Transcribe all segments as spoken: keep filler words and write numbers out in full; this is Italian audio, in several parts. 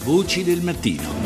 Voci del mattino.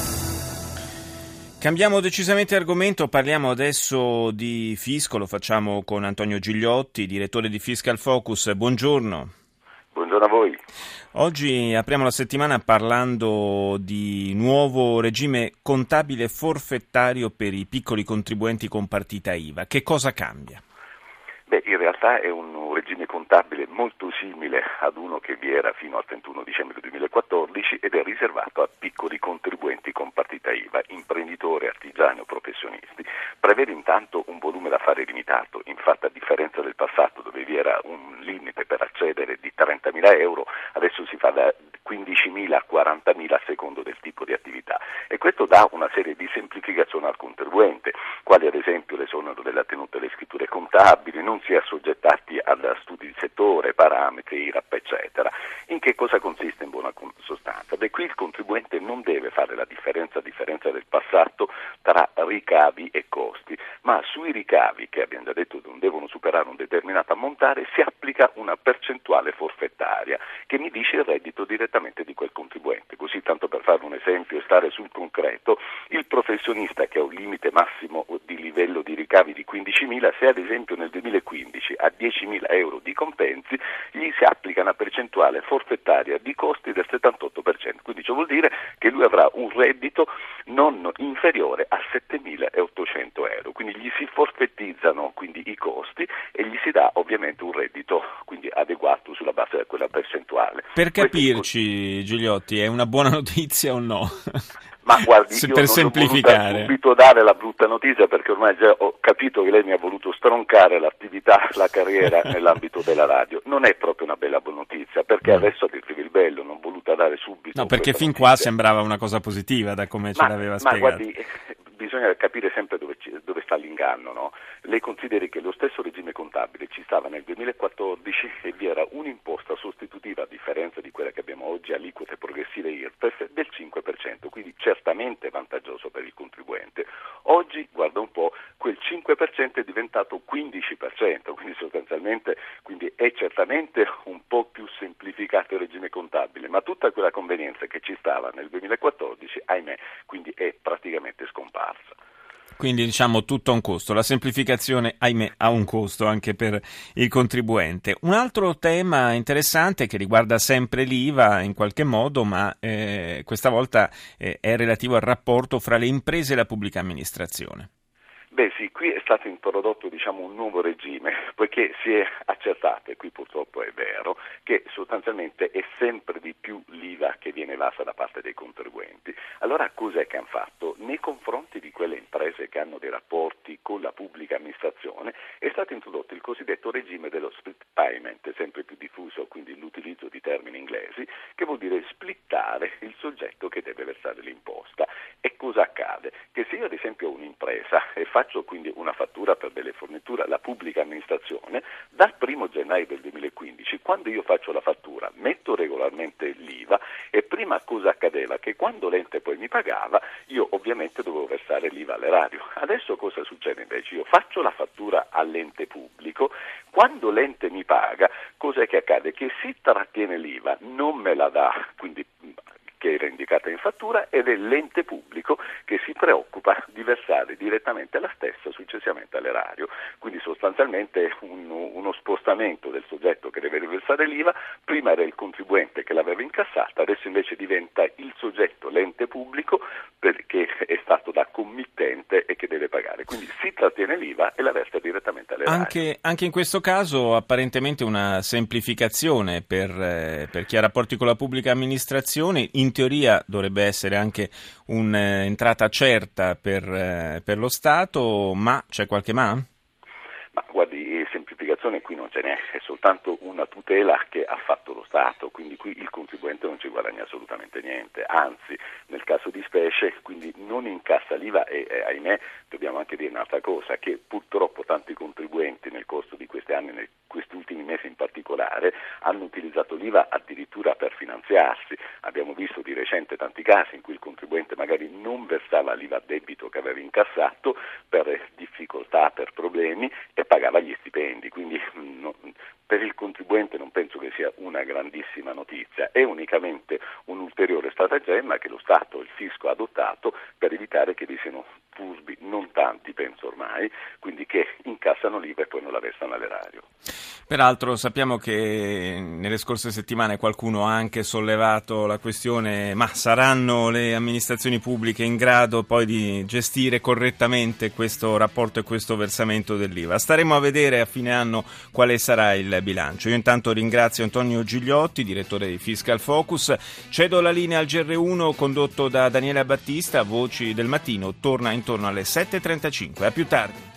Cambiamo decisamente argomento, parliamo adesso di fisco, lo facciamo con Antonio Gigliotti, direttore di Fiscal Focus. Buongiorno. Buongiorno a voi. Oggi apriamo la settimana parlando di nuovo regime contabile forfettario per i piccoli contribuenti con partita I V A. Che cosa cambia? Beh, in realtà è un regime contabile molto simile ad uno che vi era fino al trentuno dicembre duemilaquattordici ed è riservato a piccoli contribuenti con partita I V A, imprenditori, artigiani o professionisti. Prevede intanto un volume d'affari limitato, infatti a differenza del passato dove vi era un limite per accedere di trentamila euro, adesso si fa da quindicimila a quarantamila a secondo del tipo di attività e questo dà una serie di semplificazioni al contribuente, quali ad esempio l'esonero della tenuta delle scritture contabili, non si è assoggettati a studi di settore, parametri, I R A P eccetera. In che cosa consiste in buona sostanza? Beh, qui il contribuente non deve fare la differenza, a differenza del passato, tra ricavi e costi, ma sui ricavi, che abbiamo già detto non devono superare un determinato ammontare, si applica una percentuale forfettaria che mi dice il reddito direttamente di quel contribuente. Così, tanto per fare un esempio e stare sul concreto, il professionista che ha un limite massimo di livello di ricavi di quindicimila, se ad esempio nel duemilaquindici ha diecimila euro di compensi, gli si applica una percentuale forfettaria di costi del settantotto per cento, quindi ciò vuol dire che lui avrà un reddito non inferiore a settemilaottocento euro, quindi gli si forfettizzano quindi i costi e gli si dà ovviamente un reddito quindi adeguato sulla base di quella percentuale. Per capirci, Gigliotti, è una buona notizia o no? Ma guardi, Se io per non semplificare. ho voluto subito dare la brutta notizia perché ormai già ho capito che lei mi ha voluto stroncare l'attività, la carriera nell'ambito della radio. Non è proprio una bella notizia perché no. Adesso a dirvi il bello, non voluta dare subito. No, perché fin notizia. qua sembrava una cosa positiva da come ce ma, l'aveva ma spiegato. Guardi, bisogna capire sempre dove, ci, dove sta l'inganno, no? Lei consideri che lo stesso regime contabile ci stava nel duemilaquattordici e vi era un'imposta sostitutiva, a differenza di quella che abbiamo oggi, aliquote progressive I R P E F, del cinque per cento, quindi certamente vantaggioso per il contribuente. Oggi, guarda un po', quel cinque per cento è diventato quindici per cento, quindi sostanzialmente quindi è certamente un po' più semplificato il regime contabile, ma tutta quella convenienza che ci stava nel duemilaquattordici, ahimè, quindi è praticamente scomparsa. Quindi diciamo tutto a un costo, la semplificazione ahimè ha un costo anche per il contribuente. Un altro tema interessante che riguarda sempre l'I V A in qualche modo, ma eh, questa volta eh, è relativo al rapporto fra le imprese e la pubblica amministrazione. Beh sì, qui è stato introdotto diciamo un nuovo regime, poiché si è accertato, e qui purtroppo è vero, che sostanzialmente è sempre di più l'I V A che viene evasa da parte dei contribuenti. Allora cos'è che hanno fatto? Nei confronti di quelle imprese che hanno dei rapporti con la pubblica amministrazione è stato introdotto il cosiddetto regime dello split payment, sempre più diffuso, quindi l'utilizzo di termini inglesi, che vuol dire splittare il soggetto che deve versare l'imposta. E cosa accade? Che se io ad esempio ho un'impresa e faccio quindi una fattura per delle forniture alla pubblica amministrazione, dal primo gennaio del duemilaquindici, quando io faccio la fattura, metto regolarmente l'I V A e prima cosa accadeva? Che quando l'ente poi mi pagava, io ovviamente dovevo versare l'I V A all'erario. Adesso cosa succede invece? Io faccio la fattura all'ente pubblico, quando l'ente mi paga, cos'è che accade? Che si trattiene l'I V A, non me la dà, quindi che era indicata in fattura, ed è l'ente pubblico che si preoccupa di versare direttamente la stessa successivamente all'erario. Quindi sostanzialmente un, uno spostamento del soggetto che deve riversare l'I V A, prima era il contribuente che l'aveva incassata, adesso invece diventa il soggetto, l'ente pubblico, perché è stato da committente e che deve pagare. Quindi si trattiene l'I V A e la versa direttamente all'erario. Anche, anche in questo caso apparentemente una semplificazione per, eh, per chi ha rapporti con la pubblica amministrazione. In teoria dovrebbe essere anche un'entrata certa per, eh, per lo Stato, ma c'è qualche ma? Ma guardi, semplificazione qui non ce n'è, è soltanto una tutela che ha fatto lo Stato, quindi qui il contribuente non ci guadagna assolutamente niente, anzi nel caso di specie quindi non incassa l'I V A e eh, ahimè dobbiamo anche dire un'altra cosa, che purtroppo tanti contribuenti nel corso di questi anni, in questi ultimi mesi in particolare, hanno utilizzato l'I V A addirittura per finanziarsi. Abbiamo visto di recente tanti casi in cui il contribuente magari non versava l'I V A a debito che aveva incassato per difficoltà, per problemi, e pagava gli stipendi, quindi no, per il contribuente non penso che sia una grandissima notizia, è unicamente un ulteriore stratagemma che lo Stato, il fisco ha adottato per evitare che vi siano furbi, non tanti penso ormai, quindi che incassano l'I V A e poi non la versano all'erario. Peraltro sappiamo che nelle scorse settimane qualcuno ha anche sollevato la questione: ma saranno le amministrazioni pubbliche in grado poi di gestire correttamente questo rapporto e questo versamento dell'I V A? Staremo a vedere a fine anno quale sarà il bilancio. Io intanto ringrazio Antonio Gigliotti, direttore di Fiscal Focus. Cedo la linea al G R uno condotto da Daniela Battista. Voci del mattino torna intorno alle sette e trentacinque. A più tardi.